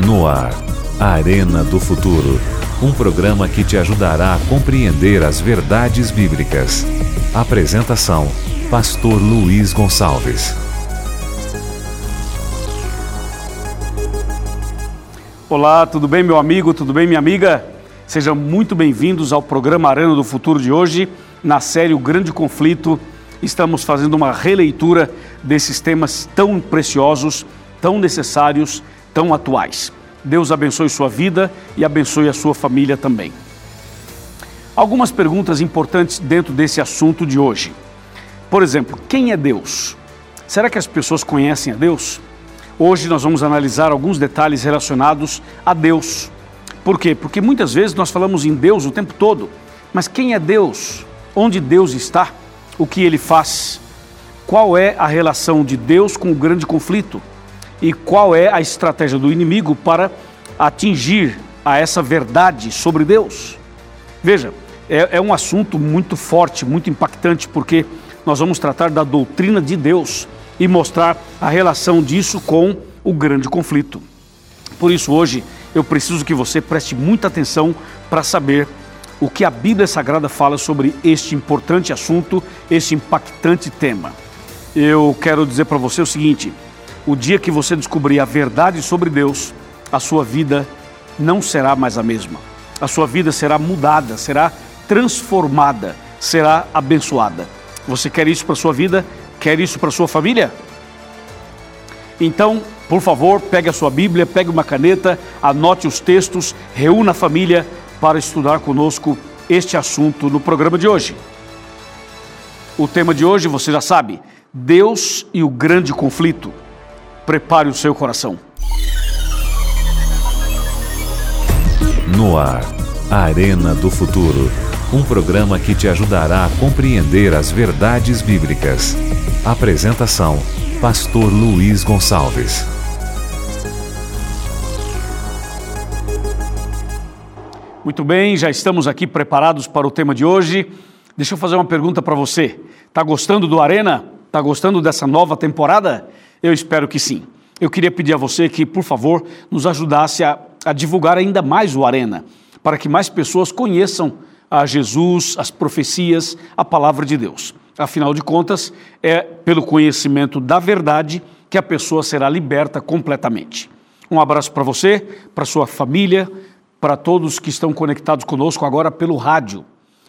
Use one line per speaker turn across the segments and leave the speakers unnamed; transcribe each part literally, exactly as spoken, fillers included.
No ar, Arena do Futuro, um programa que te ajudará a compreender as verdades bíblicas. Apresentação, Pastor Luiz Gonçalves.
Olá, tudo bem, meu amigo? Tudo bem, minha amiga? Sejam muito bem-vindos ao programa Arena do Futuro de hoje. Na série O Grande Conflito, estamos fazendo uma releitura desses temas tão preciosos, tão necessários, tão atuais. Deus abençoe sua vida e abençoe a sua família também. Algumas perguntas importantes dentro desse assunto de hoje. Por exemplo, quem é Deus? Será que as pessoas conhecem a Deus? Hoje nós vamos analisar alguns detalhes relacionados a Deus. Por quê? Porque muitas vezes nós falamos em Deus o tempo todo, mas quem é Deus? Onde Deus está? O que Ele faz? Qual é a relação de Deus com o grande conflito? E qual é a estratégia do inimigo para atingir a essa verdade sobre Deus? Veja, é, é um assunto muito forte, muito impactante, porque nós vamos tratar da doutrina de Deus e mostrar a relação disso com o grande conflito. Por isso, hoje, eu preciso que você preste muita atenção para saber o que a Bíblia Sagrada fala sobre este importante assunto, este impactante tema. Eu quero dizer para você o seguinte: o dia que você descobrir a verdade sobre Deus, a sua vida não será mais a mesma. A sua vida será mudada, será transformada, será abençoada. Você quer isso para a sua vida? Quer isso para a sua família? Então, por favor, pegue a sua Bíblia, pegue uma caneta, anote os textos, reúna a família para estudar conosco este assunto no programa de hoje. O tema de hoje, você já sabe, Deus e o grande conflito. Prepare o seu coração.
No ar, Arena do Futuro, um programa que te ajudará a compreender as verdades bíblicas. Apresentação, Pastor Luiz Gonçalves.
Muito bem, já estamos aqui preparados para o tema de hoje. Deixa eu fazer uma pergunta para você. Está gostando do Arena? Está gostando dessa nova temporada? Eu espero que sim. Eu queria pedir a você que, por favor, nos ajudasse a, a divulgar ainda mais o Arena, para que mais pessoas conheçam a Jesus, as profecias, a palavra de Deus. Afinal de contas, é pelo conhecimento da verdade que a pessoa será liberta completamente. Um abraço para você, para sua família, para todos que estão conectados conosco agora pelo rádio.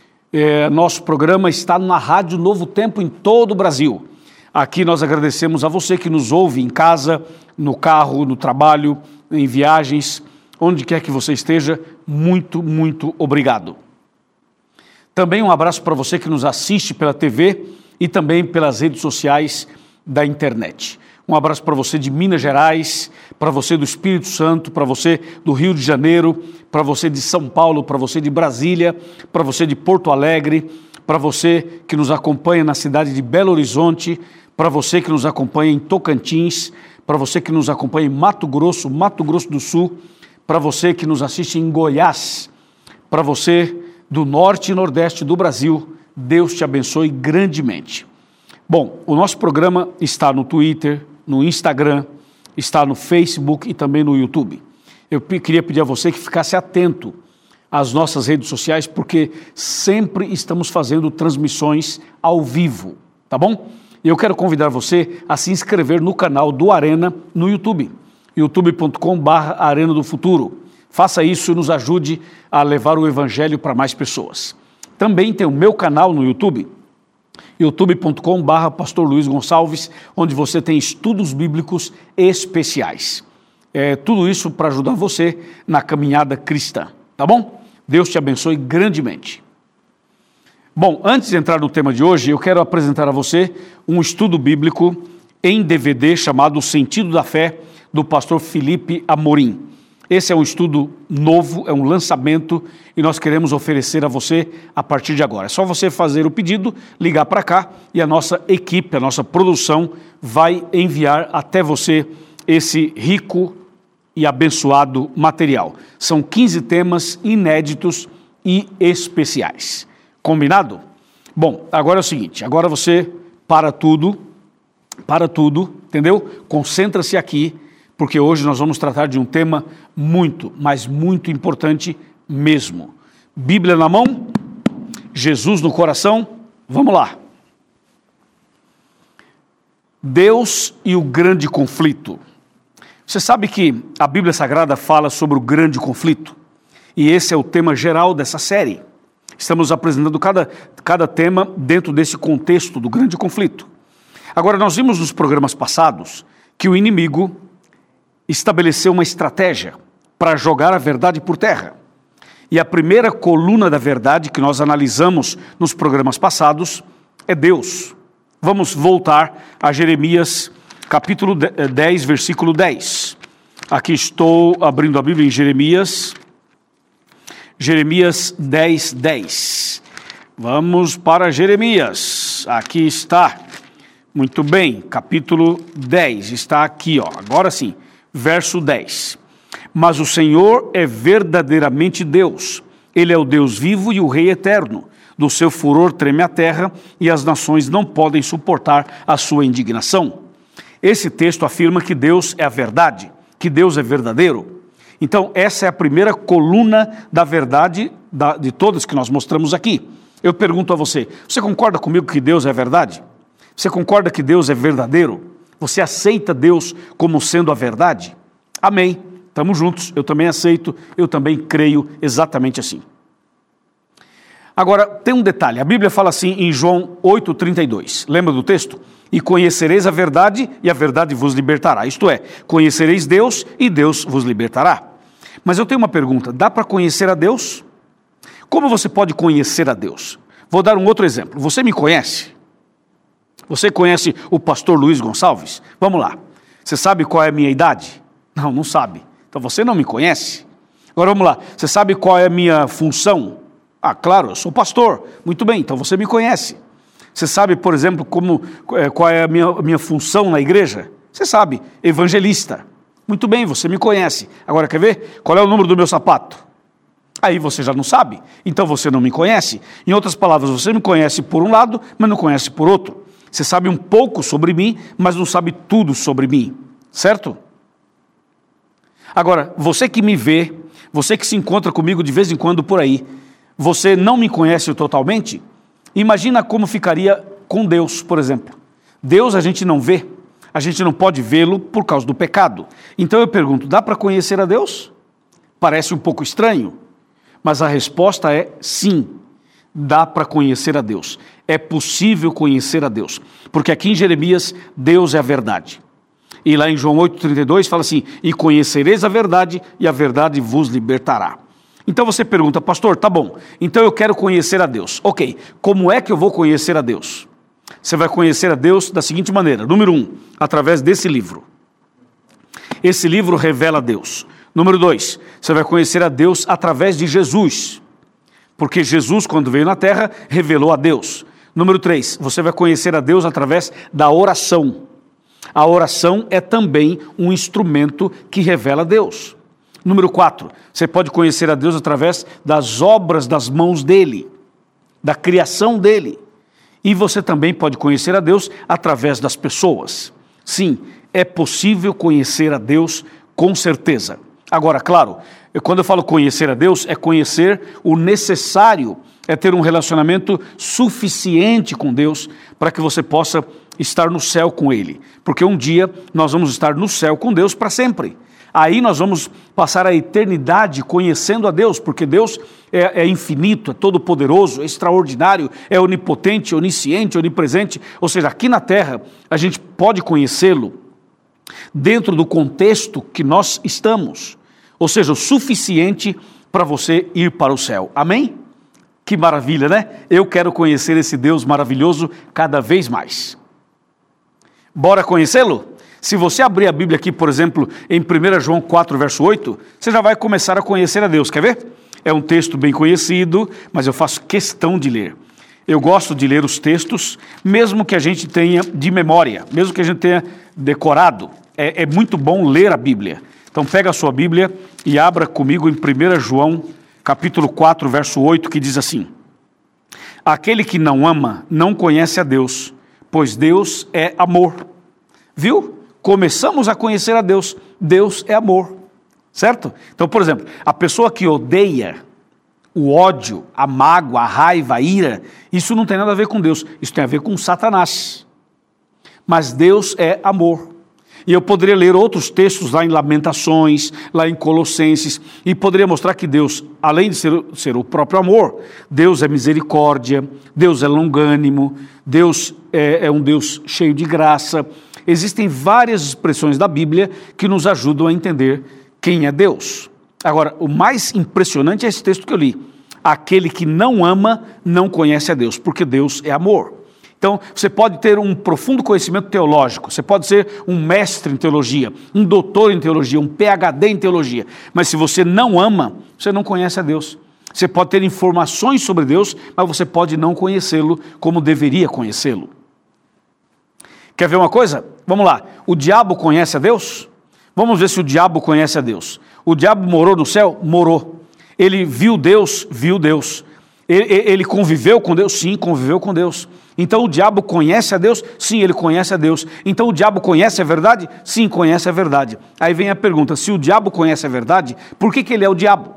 É, nosso programa está na Rádio Novo Tempo em todo o Brasil. Aqui nós agradecemos a você que nos ouve em casa, no carro, no trabalho, em viagens, onde quer que você esteja. Muito, muito obrigado. Também um abraço para você que nos assiste pela T V e também pelas redes sociais da internet. Um abraço para você de Minas Gerais, para você do Espírito Santo, para você do Rio de Janeiro, para você de São Paulo, para você de Brasília, para você de Porto Alegre, para você que nos acompanha na cidade de Belo Horizonte, para você que nos acompanha em Tocantins, para você que nos acompanha em Mato Grosso, Mato Grosso do Sul, para você que nos assiste em Goiás, para você do Norte e Nordeste do Brasil, Deus te abençoe grandemente. Bom, o nosso programa está no Twitter, no Instagram, está no Facebook e também no YouTube. Eu queria pedir a você que ficasse atento às nossas redes sociais, porque sempre estamos fazendo transmissões ao vivo, tá bom? E eu quero convidar você a se inscrever no canal do Arena no YouTube, youtube ponto com barra Arena do Futuro. Faça isso e nos ajude a levar o Evangelho para mais pessoas. Também tem o meu canal no YouTube, youtube ponto com barra Pastor Luiz Gonçalves, onde você tem estudos bíblicos especiais. É, tudo isso para ajudar você na caminhada cristã, tá bom? Deus te abençoe grandemente. Bom, antes de entrar no tema de hoje, eu quero apresentar a você um estudo bíblico em D V D chamado O Sentido da Fé, do pastor Felipe Amorim. Esse é um estudo novo, é um lançamento e nós queremos oferecer a você a partir de agora. É só você fazer o pedido, ligar para cá e a nossa equipe, a nossa produção vai enviar até você esse rico e abençoado material. São quinze temas inéditos e especiais. Combinado? Bom, agora é o seguinte, agora você para tudo, para tudo, entendeu? Concentra-se aqui, porque hoje nós vamos tratar de um tema muito, mas muito importante mesmo. Bíblia na mão, Jesus no coração, vamos lá. Deus e o grande conflito. Você sabe que a Bíblia Sagrada fala sobre o grande conflito? E esse é o tema geral dessa série. Estamos apresentando cada, cada tema dentro desse contexto do grande conflito. Agora, nós vimos nos programas passados que o inimigo estabeleceu uma estratégia para jogar a verdade por terra. E a primeira coluna da verdade que nós analisamos nos programas passados é Deus. Vamos voltar a Jeremias capítulo dez, versículo dez. Aqui estou abrindo a Bíblia em Jeremias, Jeremias dez, dez. Vamos para Jeremias, aqui está. Muito bem, capítulo dez, está aqui, ó. Agora sim, verso dez. Mas o Senhor é verdadeiramente Deus, Ele é o Deus vivo e o Rei eterno. Do seu furor treme a terra e as nações não podem suportar a sua indignação. Esse texto afirma que Deus é a verdade, que Deus é verdadeiro. Então, essa é a primeira coluna da verdade da, de todas que nós mostramos aqui. Eu pergunto a você, você concorda comigo que Deus é verdade? Você concorda que Deus é verdadeiro? Você aceita Deus como sendo a verdade? Amém. Estamos juntos, eu também aceito, eu também creio exatamente assim. Agora, tem um detalhe, a Bíblia fala assim em João oito, trinta e dois, lembra do texto? E conhecereis a verdade, e a verdade vos libertará. Isto é, conhecereis Deus, e Deus vos libertará. Mas eu tenho uma pergunta, dá para conhecer a Deus? Como você pode conhecer a Deus? Vou dar um outro exemplo, você me conhece? Você conhece o pastor Luiz Gonçalves? Vamos lá, você sabe qual é a minha idade? Não, não sabe, então você não me conhece. Agora vamos lá, você sabe qual é a minha função? Ah, claro, eu sou pastor. Muito bem, então você me conhece. Você sabe, por exemplo, como, qual é a minha, a minha função na igreja? Você sabe, evangelista. Muito bem, você me conhece. Agora, quer ver? Qual é o número do meu sapato? Aí você já não sabe, então você não me conhece. Em outras palavras, você me conhece por um lado, mas não conhece por outro. Você sabe um pouco sobre mim, mas não sabe tudo sobre mim. Certo? Agora, você que me vê, você que se encontra comigo de vez em quando por aí, você não me conhece totalmente? Imagina como ficaria com Deus, por exemplo. Deus a gente não vê, a gente não pode vê-lo por causa do pecado. Então eu pergunto, dá para conhecer a Deus? Parece um pouco estranho, mas a resposta é sim, dá para conhecer a Deus. É possível conhecer a Deus, porque aqui em Jeremias, Deus é a verdade. E lá em João oito, trinta e dois fala assim, e conhecereis a verdade, e a verdade vos libertará. Então você pergunta, pastor, tá bom, então eu quero conhecer a Deus. Ok, como é que eu vou conhecer a Deus? Você vai conhecer a Deus da seguinte maneira. Número um, através desse livro. Esse livro revela a Deus. Número dois, você vai conhecer a Deus através de Jesus. Porque Jesus, quando veio na terra, revelou a Deus. Número três, você vai conhecer a Deus através da oração. A oração é também um instrumento que revela a Deus. Número quatro, você pode conhecer a Deus através das obras das mãos dele, da criação dele. E você também pode conhecer a Deus através das pessoas. Sim, é possível conhecer a Deus com certeza. Agora, claro, eu, quando eu falo conhecer a Deus, é conhecer o necessário, é ter um relacionamento suficiente com Deus para que você possa estar no céu com Ele. Porque um dia nós vamos estar no céu com Deus para sempre. Aí nós vamos passar a eternidade conhecendo a Deus, porque Deus é, é infinito, é todo-poderoso, é extraordinário, é onipotente, onisciente, onipresente. Ou seja, aqui na terra a gente pode conhecê-lo dentro do contexto que nós estamos. Ou seja, o suficiente para você ir para o céu. Amém? Que maravilha, né? Eu quero conhecer esse Deus maravilhoso cada vez mais. Bora conhecê-lo? Se você abrir a Bíblia aqui, por exemplo, em primeiro João quatro, verso oito, você já vai começar a conhecer a Deus, quer ver? É um texto bem conhecido, mas eu faço questão de ler. Eu gosto de ler os textos, mesmo que a gente tenha de memória, mesmo que a gente tenha decorado. É, é muito bom ler a Bíblia. Então pega a sua Bíblia e abra comigo em primeiro João, capítulo quatro, verso oito, que diz assim: aquele que não ama não conhece a Deus, pois Deus é amor. Viu? começamos a conhecer a Deus. Deus é amor, certo? Então, por exemplo, a pessoa que odeia, o ódio, a mágoa, a raiva, a ira, isso não tem nada a ver com Deus, isso tem a ver com Satanás. Mas Deus é amor. E eu poderia ler outros textos lá em Lamentações, lá em Colossenses, e poderia mostrar que Deus, além de ser, ser o próprio amor, Deus é misericórdia, Deus é longânimo, Deus é, é um Deus cheio de graça. Existem várias expressões da Bíblia que nos ajudam a entender quem é Deus. Agora, o mais impressionante é esse texto que eu li. Aquele que não ama não conhece a Deus, porque Deus é amor. Então, você pode ter um profundo conhecimento teológico, você pode ser um mestre em teologia, um doutor em teologia, um P H D em teologia, mas se você não ama, você não conhece a Deus. Você pode ter informações sobre Deus, mas você pode não conhecê-lo como deveria conhecê-lo. Quer ver uma coisa? Vamos lá. O diabo conhece a Deus? Vamos ver se o diabo conhece a Deus. O diabo morou no céu? Morou. Ele viu Deus? Viu Deus. Ele, ele conviveu com Deus? Sim, conviveu com Deus. Então o diabo conhece a Deus? Sim, ele conhece a Deus. Então o diabo conhece a verdade? Sim, conhece a verdade. Aí vem a pergunta, se o diabo conhece a verdade, por que que ele é o diabo?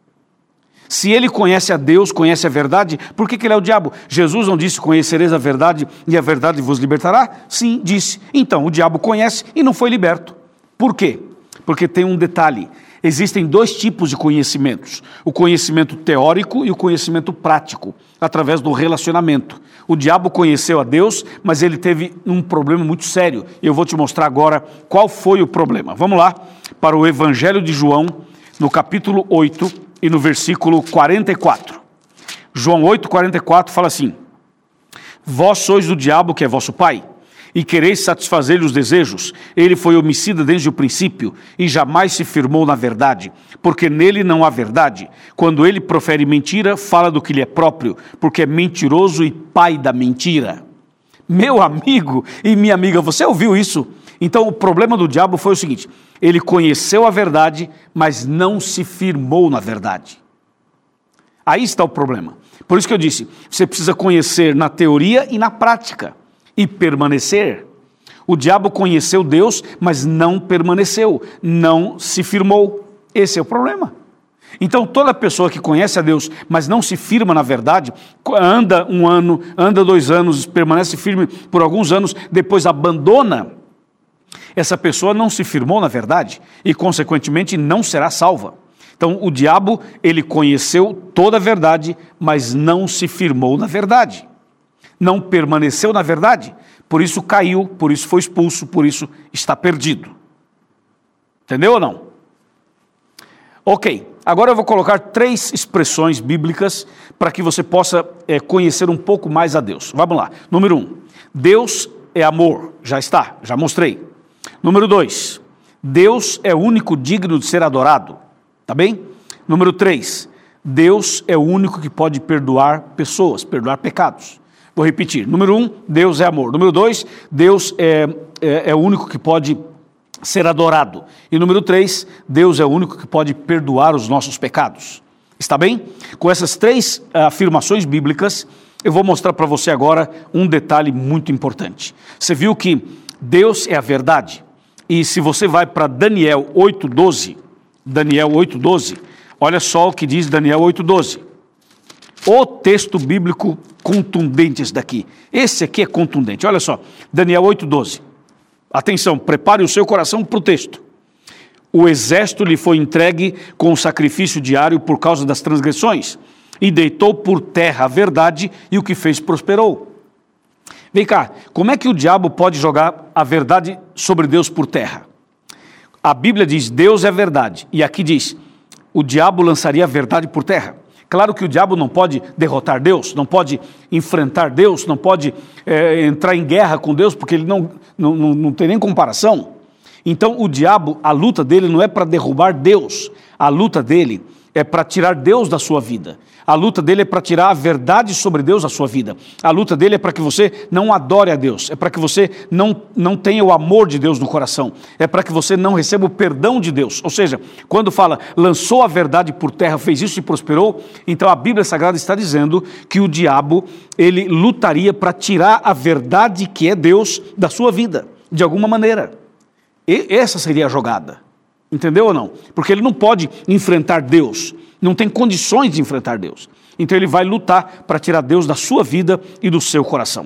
Se ele conhece a Deus, conhece a verdade, por que que ele é o diabo? Jesus não disse, conhecereis a verdade e a verdade vos libertará? Sim, disse. Então o diabo conhece e não foi liberto. Por quê? Porque tem um detalhe. Existem dois tipos de conhecimentos, o conhecimento teórico e o conhecimento prático, através do relacionamento. O diabo conheceu a Deus, mas ele teve um problema muito sério. Eu vou te mostrar agora qual foi o problema. Vamos lá para o Evangelho de João, no capítulo oito e no versículo quarenta e quatro. João oito, quarenta e quatro fala assim: vós sois do diabo, que é vosso pai, e quereis satisfazer-lhe os desejos. Ele foi homicida desde o princípio e jamais se firmou na verdade, porque nele não há verdade. Quando ele profere mentira, fala do que lhe é próprio, porque é mentiroso e pai da mentira. Meu amigo e minha amiga, você ouviu isso? Então o problema do diabo foi o seguinte: ele conheceu a verdade, mas não se firmou na verdade. Aí está o problema. Por isso que eu disse, você precisa conhecer na teoria e na prática. E permanecer. O diabo conheceu Deus, mas não permaneceu, não se firmou. Esse é o problema. Então toda pessoa que conhece a Deus, mas não se firma na verdade, anda um ano, anda dois anos, permanece firme por alguns anos, depois abandona, essa pessoa não se firmou na verdade e consequentemente não será salva. Então o diabo, ele conheceu toda a verdade, mas não se firmou na verdade. Não permaneceu na verdade, por isso caiu, por isso foi expulso, por isso está perdido. Entendeu ou não? Ok, agora eu vou colocar três expressões bíblicas para que você possa é, conhecer um pouco mais a Deus. Vamos lá. Número um, Deus é amor. Já está, já mostrei. Número dois, Deus é o único digno de ser adorado. Tá bem? Número três, Deus é o único que pode perdoar pessoas, perdoar pecados. Vou repetir. Número um, Deus é amor. Número dois, Deus é, é, é o único que pode ser adorado. E número três, Deus é o único que pode perdoar os nossos pecados. Está bem? Com essas três afirmações bíblicas, eu vou mostrar para você agora um detalhe muito importante. Você viu que Deus é a verdade. E se você vai para Daniel oito, doze, Daniel oito, doze, olha só o que diz Daniel oito, doze. O texto bíblico contundente esse daqui. Esse aqui é contundente. Olha só, Daniel oito, doze. Atenção, prepare o seu coração para o texto. O exército lhe foi entregue com o sacrifício diário por causa das transgressões, e deitou por terra a verdade, e o que fez prosperou. Vem cá, como é que o diabo pode jogar a verdade sobre Deus por terra? A Bíblia diz, Deus é verdade, e aqui diz, o diabo lançaria a verdade por terra. Claro que o diabo não pode derrotar Deus, não pode enfrentar Deus, não pode é, entrar em guerra com Deus, porque ele não, não, não, não tem nem comparação. Então o diabo, a luta dele não é para derrubar Deus, a luta dele é para tirar Deus da sua vida. A luta dele é para tirar a verdade sobre Deus da sua vida. A luta dele é para que você não adore a Deus, é para que você não, não tenha o amor de Deus no coração, é para que você não receba o perdão de Deus. Ou seja, quando fala, lançou a verdade por terra, fez isso e prosperou, então a Bíblia Sagrada está dizendo que o diabo, ele lutaria para tirar a verdade que é Deus da sua vida, de alguma maneira. E essa seria a jogada. Entendeu ou não? Porque ele não pode enfrentar Deus, não tem condições de enfrentar Deus. Então ele vai lutar para tirar Deus da sua vida e do seu coração.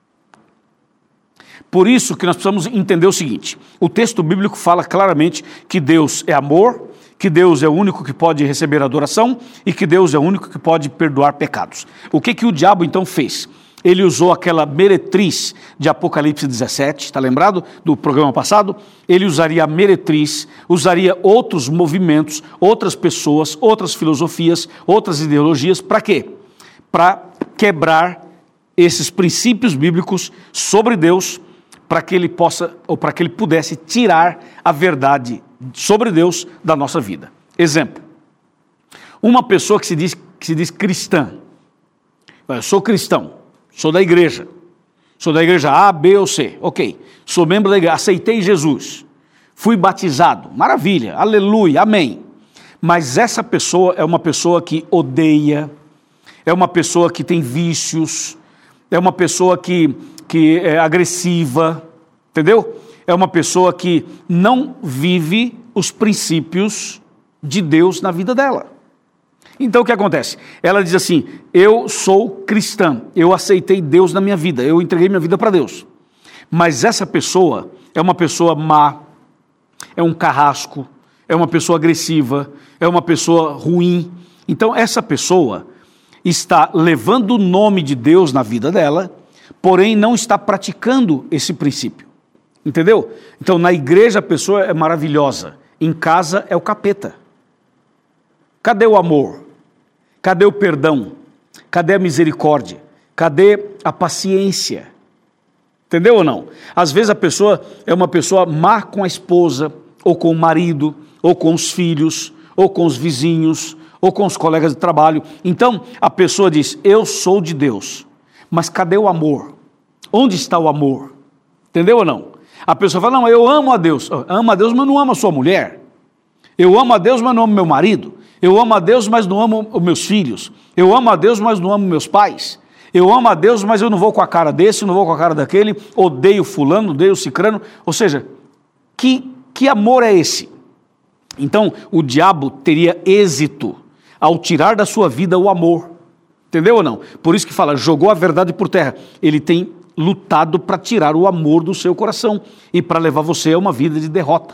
Por isso que nós precisamos entender o seguinte: o texto bíblico fala claramente que Deus é amor, que Deus é o único que pode receber adoração e que Deus é o único que pode perdoar pecados. O que que o diabo então fez? Ele usou aquela meretriz de Apocalipse dezessete, está lembrado do programa passado? Ele usaria a meretriz, usaria outros movimentos, outras pessoas, outras filosofias, outras ideologias, para quê? Para quebrar esses princípios bíblicos sobre Deus, para que ele possa, ou para que ele pudesse tirar a verdade sobre Deus da nossa vida. Exemplo, uma pessoa que se diz, que se diz cristã, eu sou cristão, sou da igreja, sou da igreja A, B ou C, ok, sou membro da igreja, aceitei Jesus, fui batizado, maravilha, aleluia, amém. Mas essa pessoa é uma pessoa que odeia, é uma pessoa que tem vícios, é uma pessoa que, que é agressiva, entendeu? É uma pessoa que não vive os princípios de Deus na vida dela. Então o que acontece? Ela diz assim, eu sou cristã, eu aceitei Deus na minha vida, eu entreguei minha vida para Deus. Mas essa pessoa é uma pessoa má, é um carrasco, é uma pessoa agressiva, é uma pessoa ruim. Então essa pessoa está levando o nome de Deus na vida dela, porém não está praticando esse princípio. Entendeu? Então na igreja a pessoa é maravilhosa, em casa é o capeta. Cadê o amor? Cadê o perdão? Cadê a misericórdia? Cadê a paciência? Entendeu ou não? Às vezes a pessoa é uma pessoa má com a esposa, ou com o marido, ou com os filhos, ou com os vizinhos, ou com os colegas de trabalho. Então a pessoa diz, eu sou de Deus, mas cadê o amor? Onde está o amor? Entendeu ou não? A pessoa fala, não, eu amo a Deus. Eu amo a Deus, mas não amo a sua mulher. Eu amo a Deus, mas não amo meu marido. Eu amo a Deus, mas não amo os meus filhos. Eu amo a Deus, mas não amo meus pais. Eu amo a Deus, mas eu não vou com a cara desse, não vou com a cara daquele. Odeio fulano, odeio cicrano. Ou seja, que, que amor é esse? Então, o diabo teria êxito ao tirar da sua vida o amor. Entendeu ou não? Por isso que fala, jogou a verdade por terra. Ele tem lutado para tirar o amor do seu coração e para levar você a uma vida de derrota.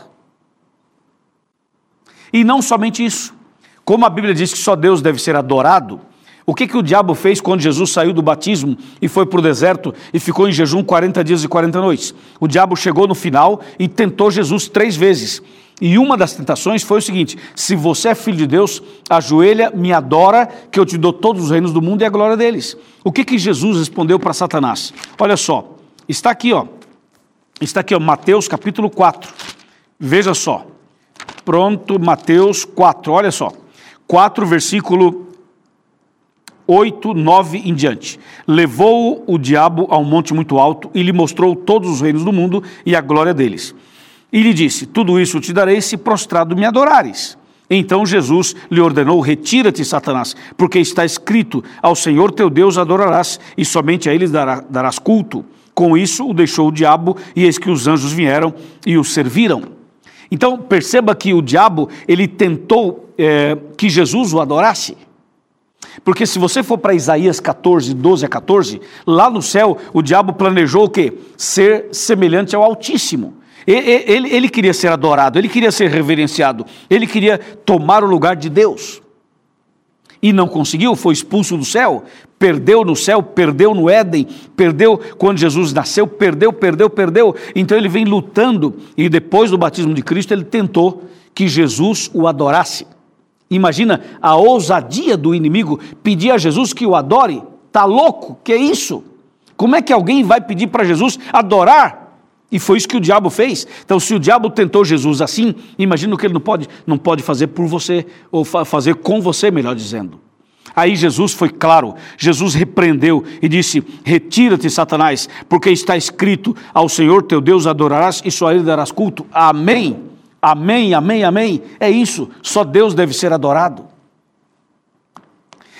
E não somente isso. Como a Bíblia diz que só Deus deve ser adorado, o que, que o diabo fez quando Jesus saiu do batismo e foi para o deserto e ficou em jejum quarenta dias e quarenta noites? O diabo chegou no final e tentou Jesus três vezes. E uma das tentações foi o seguinte, se você é filho de Deus, ajoelha, me adora, que eu te dou todos os reinos do mundo e a glória deles. O que, que Jesus respondeu para Satanás? Olha só, está aqui, ó, está aqui, ó, Mateus capítulo quatro, veja só, pronto, Mateus quatro, olha só. quatro, versículo oito, nove em diante. Levou o diabo a um monte muito alto e lhe mostrou todos os reinos do mundo e a glória deles. E lhe disse, tudo isso te darei se prostrado me adorares. Então Jesus lhe ordenou, retira-te, Satanás, porque está escrito, ao Senhor teu Deus adorarás e somente a ele dará, darás culto. Com isso o deixou o diabo e eis que os anjos vieram e o serviram. Então perceba que o diabo, ele tentou é, que Jesus o adorasse. Porque se você for para Isaías catorze, doze a catorze, lá no céu o diabo planejou o quê? Ser semelhante ao Altíssimo. Ele, ele, ele queria ser adorado, ele queria ser reverenciado, ele queria tomar o lugar de Deus. E não conseguiu, foi expulso do céu, perdeu no céu, perdeu no Éden, perdeu quando Jesus nasceu, perdeu, perdeu, perdeu. Então ele vem lutando e depois do batismo de Cristo ele tentou que Jesus o adorasse. Imagina a ousadia do inimigo pedir a Jesus que o adore. Tá louco? Que é isso? Como é que alguém vai pedir para Jesus adorar? E foi isso que o diabo fez. Então, se o diabo tentou Jesus assim, imagina o que ele não pode, não pode fazer por você, ou fa- fazer com você, melhor dizendo. Aí Jesus foi claro, Jesus repreendeu e disse, retira-te, Satanás, porque está escrito, ao Senhor teu Deus adorarás e só a ele darás culto. Amém, amém, amém, amém. É isso, só Deus deve ser adorado.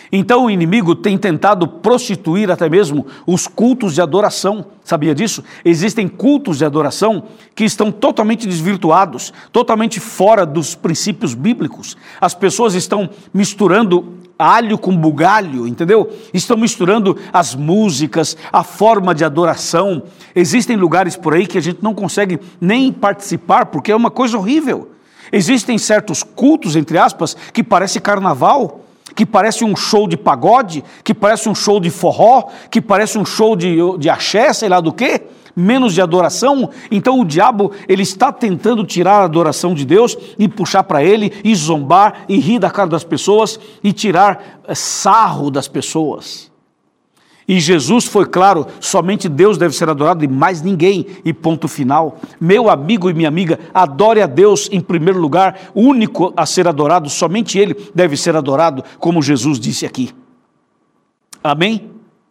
Então o inimigo tem tentado prostituir até mesmo os cultos de adoração. Sabia disso? Existem cultos de adoração que estão totalmente desvirtuados, totalmente fora dos princípios bíblicos. As pessoas estão misturando alho com bugalho, entendeu? Estão misturando as músicas, a forma de adoração. Existem lugares por aí que a gente não consegue nem participar porque é uma coisa horrível. Existem certos cultos, entre aspas, que parece carnaval, que parece um show de pagode, que parece um show de forró, que parece um show de, de axé, sei lá do quê, menos de adoração. Então o diabo, ele está tentando tirar a adoração de Deus e puxar para ele, e zombar, e rir da cara das pessoas, e tirar sarro das pessoas. E Jesus foi claro, somente Deus deve ser adorado e mais ninguém, e ponto final. Meu amigo e minha amiga, adore a Deus em primeiro lugar, único a ser adorado, somente Ele deve ser adorado, como Jesus disse aqui. Amém?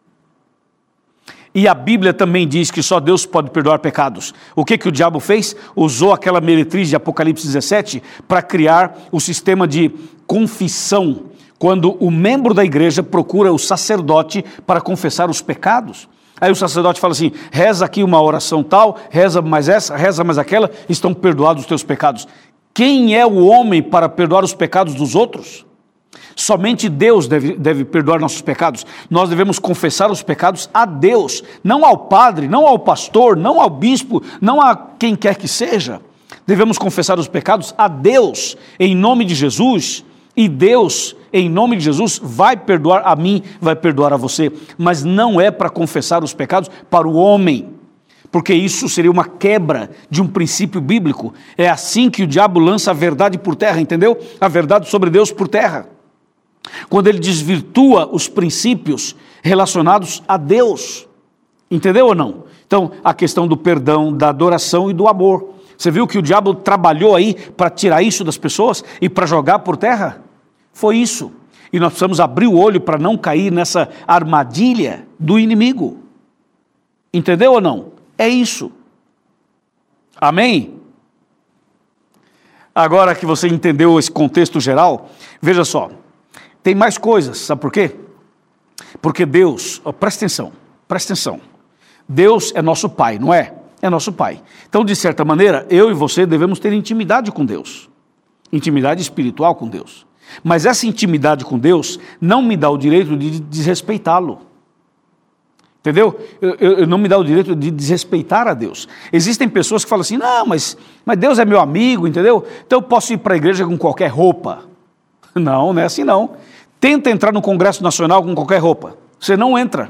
E a Bíblia também diz que só Deus pode perdoar pecados. O que que o diabo fez? Usou aquela meretriz de Apocalipse dezessete para criar o sistema de confissão, quando o membro da igreja procura o sacerdote para confessar os pecados. Aí o sacerdote fala assim, reza aqui uma oração tal, reza mais essa, reza mais aquela, estão perdoados os teus pecados. Quem é o homem para perdoar os pecados dos outros? Somente Deus deve, deve perdoar nossos pecados. Nós devemos confessar os pecados a Deus, não ao padre, não ao pastor, não ao bispo, não a quem quer que seja. Devemos confessar os pecados a Deus, em nome de Jesus, e Deus, em nome de Jesus, vai perdoar a mim, vai perdoar a você, mas não é para confessar os pecados para o homem, porque isso seria uma quebra de um princípio bíblico. É assim que o diabo lança a verdade por terra, entendeu? A verdade sobre Deus por terra. Quando ele desvirtua os princípios relacionados a Deus, entendeu ou não? Então, a questão do perdão, da adoração e do amor. Você viu que o diabo trabalhou aí para tirar isso das pessoas e para jogar por terra? Foi isso. E nós precisamos abrir o olho para não cair nessa armadilha do inimigo. Entendeu ou não? É isso. Amém? Agora que você entendeu esse contexto geral, veja só. Tem mais coisas, sabe por quê? Porque Deus, ó, presta atenção, presta atenção. Deus é nosso Pai, não é? É nosso Pai. Então, de certa maneira, eu e você devemos ter intimidade com Deus. Intimidade espiritual com Deus. Mas essa intimidade com Deus não me dá o direito de desrespeitá-lo. Entendeu? Eu, eu, eu não me dá o direito de desrespeitar a Deus. Existem pessoas que falam assim, não, mas, mas Deus é meu amigo, entendeu? Então eu posso ir para a igreja com qualquer roupa. Não, não é assim não. Tenta entrar no Congresso Nacional com qualquer roupa. Você não entra.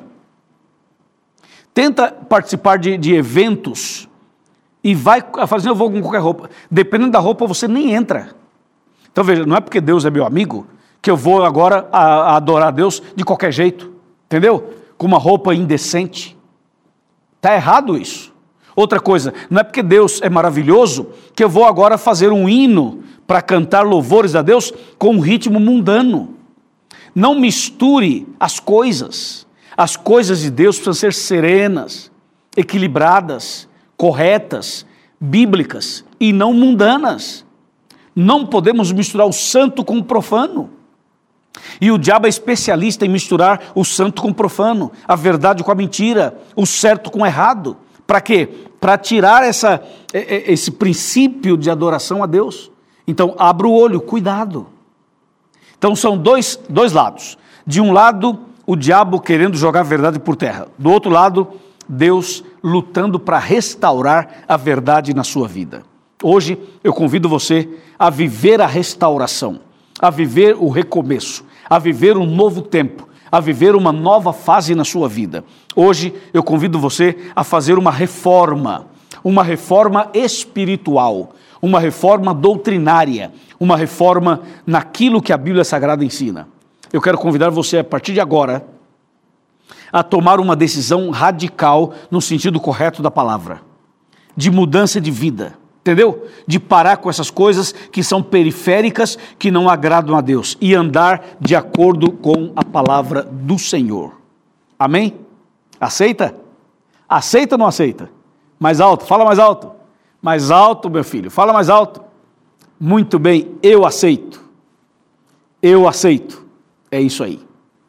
Tenta participar de, de eventos e vai fazer, eu vou com qualquer roupa. Dependendo da roupa, você nem entra. Então veja, não é porque Deus é meu amigo que eu vou agora a, a adorar a Deus de qualquer jeito. Entendeu? Com uma roupa indecente. Está errado isso. Outra coisa, não é porque Deus é maravilhoso que eu vou agora fazer um hino para cantar louvores a Deus com um ritmo mundano. Não misture as coisas. As coisas de Deus precisam ser serenas, equilibradas, corretas, bíblicas e não mundanas. Não podemos misturar o santo com o profano. E o diabo é especialista em misturar o santo com o profano, a verdade com a mentira, o certo com o errado. Para quê? Para tirar essa, esse princípio de adoração a Deus. Então, abra o olho, cuidado. Então, são dois, dois lados. De um lado, o diabo querendo jogar a verdade por terra. Do outro lado, Deus lutando para restaurar a verdade na sua vida. Hoje, eu convido você a viver a restauração, a viver o recomeço, a viver um novo tempo, a viver uma nova fase na sua vida. Hoje, eu convido você a fazer uma reforma, uma reforma espiritual, uma reforma doutrinária, uma reforma naquilo que a Bíblia Sagrada ensina. Eu quero convidar você, a partir de agora, a tomar uma decisão radical no sentido correto da palavra, de mudança de vida, entendeu? De parar com essas coisas que são periféricas, que não agradam a Deus, e andar de acordo com a palavra do Senhor. Amém? Aceita? Aceita ou não aceita? Mais alto, fala mais alto. Mais alto, meu filho, fala mais alto. Muito bem, eu aceito. Eu aceito. É isso aí.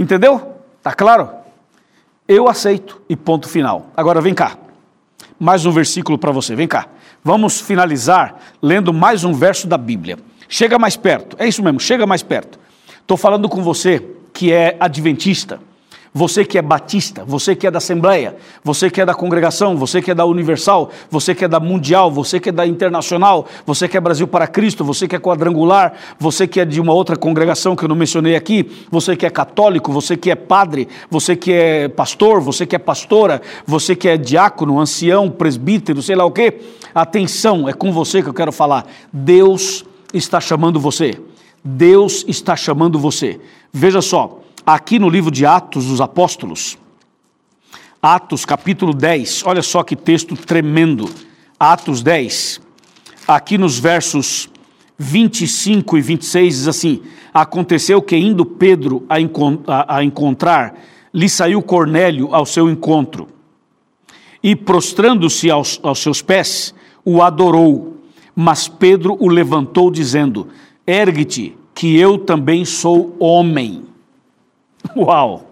Entendeu? Tá claro? Eu aceito e ponto final. Agora vem cá. Mais um versículo para você. Vem cá. Vamos finalizar lendo mais um verso da Bíblia. Chega mais perto. É isso mesmo, chega mais perto. Estou falando com você que é adventista, você que é batista, você que é da Assembleia, você que é da congregação, você que é da Universal, você que é da Mundial, você que é da Internacional, você que é Brasil para Cristo, você que é quadrangular, você que é de uma outra congregação que eu não mencionei aqui, você que é católico, você que é padre, você que é pastor, você que é pastora, você que é diácono, ancião, presbítero, sei lá o quê. Atenção, é com você que eu quero falar. Deus está chamando você. Deus está chamando você. Veja só. Aqui no livro de Atos dos Apóstolos, Atos capítulo dez, olha só que texto tremendo, Atos dez, aqui nos versos vinte e cinco e vinte e seis diz assim: aconteceu que indo Pedro a, encont- a, a encontrar, lhe saiu Cornélio ao seu encontro, e prostrando-se aos, aos seus pés, o adorou, mas Pedro o levantou dizendo: ergue-te, que eu também sou homem. Uau!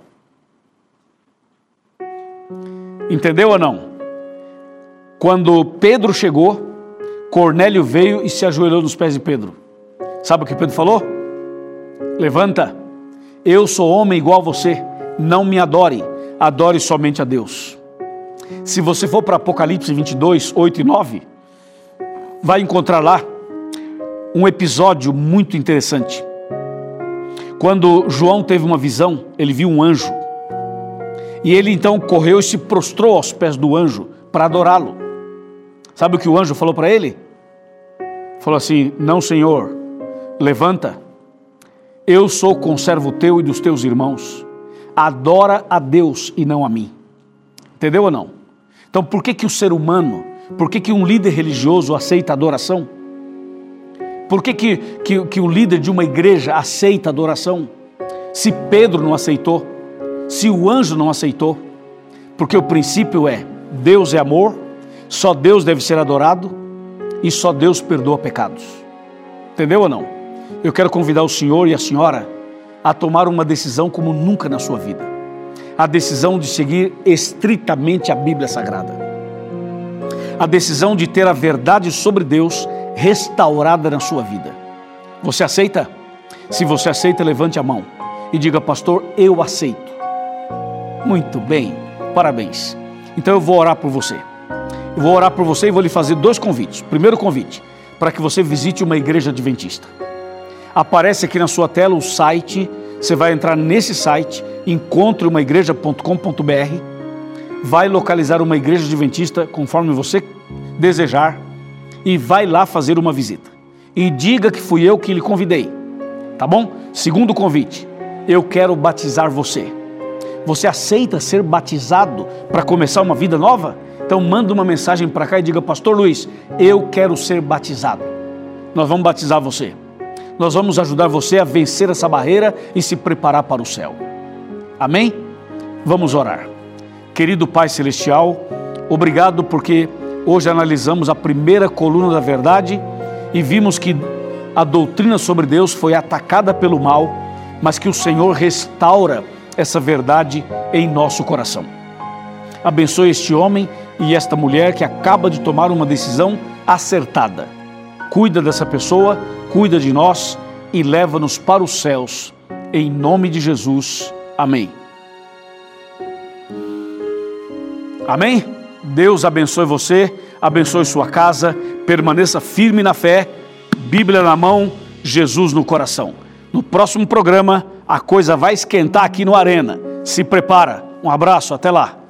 Entendeu ou não? Quando Pedro chegou, Cornélio veio e se ajoelhou nos pés de Pedro. Sabe o que Pedro falou? Levanta, eu sou homem igual a você, não me adore, adore somente a Deus. Se você for para Apocalipse vinte e dois, oito e nove, vai encontrar lá um episódio muito interessante. Quando João teve uma visão, ele viu um anjo. E ele então correu e se prostrou aos pés do anjo para adorá-lo. Sabe o que o anjo falou para ele? Falou assim: não, Senhor, levanta. Eu sou conservo teu e dos teus irmãos. Adora a Deus e não a mim. Entendeu ou não? Então por que que o ser humano, por que que um líder religioso aceita adoração? Por que que, que, que o líder de uma igreja aceita adoração? Se Pedro não aceitou, se o anjo não aceitou, porque o princípio é: Deus é amor, só Deus deve ser adorado e só Deus perdoa pecados. Entendeu ou não? Eu quero convidar o senhor e a senhora a tomar uma decisão como nunca na sua vida. A decisão de seguir estritamente a Bíblia Sagrada. A decisão de ter a verdade sobre Deus restaurada na sua vida. Você aceita? Se você aceita, levante a mão e diga: pastor, eu aceito. Muito bem, parabéns. Então eu vou orar por você. Eu vou orar por você e vou lhe fazer dois convites. Primeiro convite, para que você visite uma igreja adventista. Aparece aqui na sua tela o site, você vai entrar nesse site, encontre uma igreja ponto com ponto b r, vai localizar uma igreja adventista conforme você desejar, e vai lá fazer uma visita. E diga que fui eu que lhe convidei, tá bom? Segundo convite, eu quero batizar você. Você aceita ser batizado para começar uma vida nova? Então manda uma mensagem para cá e diga: pastor Luiz, eu quero ser batizado. Nós vamos batizar você. Nós vamos ajudar você a vencer essa barreira e se preparar para o céu. Amém? Vamos orar. Querido Pai Celestial, obrigado porque hoje analisamos a primeira coluna da verdade e vimos que a doutrina sobre Deus foi atacada pelo mal, mas que o Senhor restaura essa verdade em nosso coração. Abençoe este homem e esta mulher que acaba de tomar uma decisão acertada. Cuida dessa pessoa, cuida de nós e leva-nos para os céus. Em nome de Jesus. Amém. Amém? Deus abençoe você, abençoe sua casa, permaneça firme na fé, Bíblia na mão, Jesus no coração. No próximo programa, a coisa vai esquentar aqui no Arena. Se prepara. Um abraço, até lá.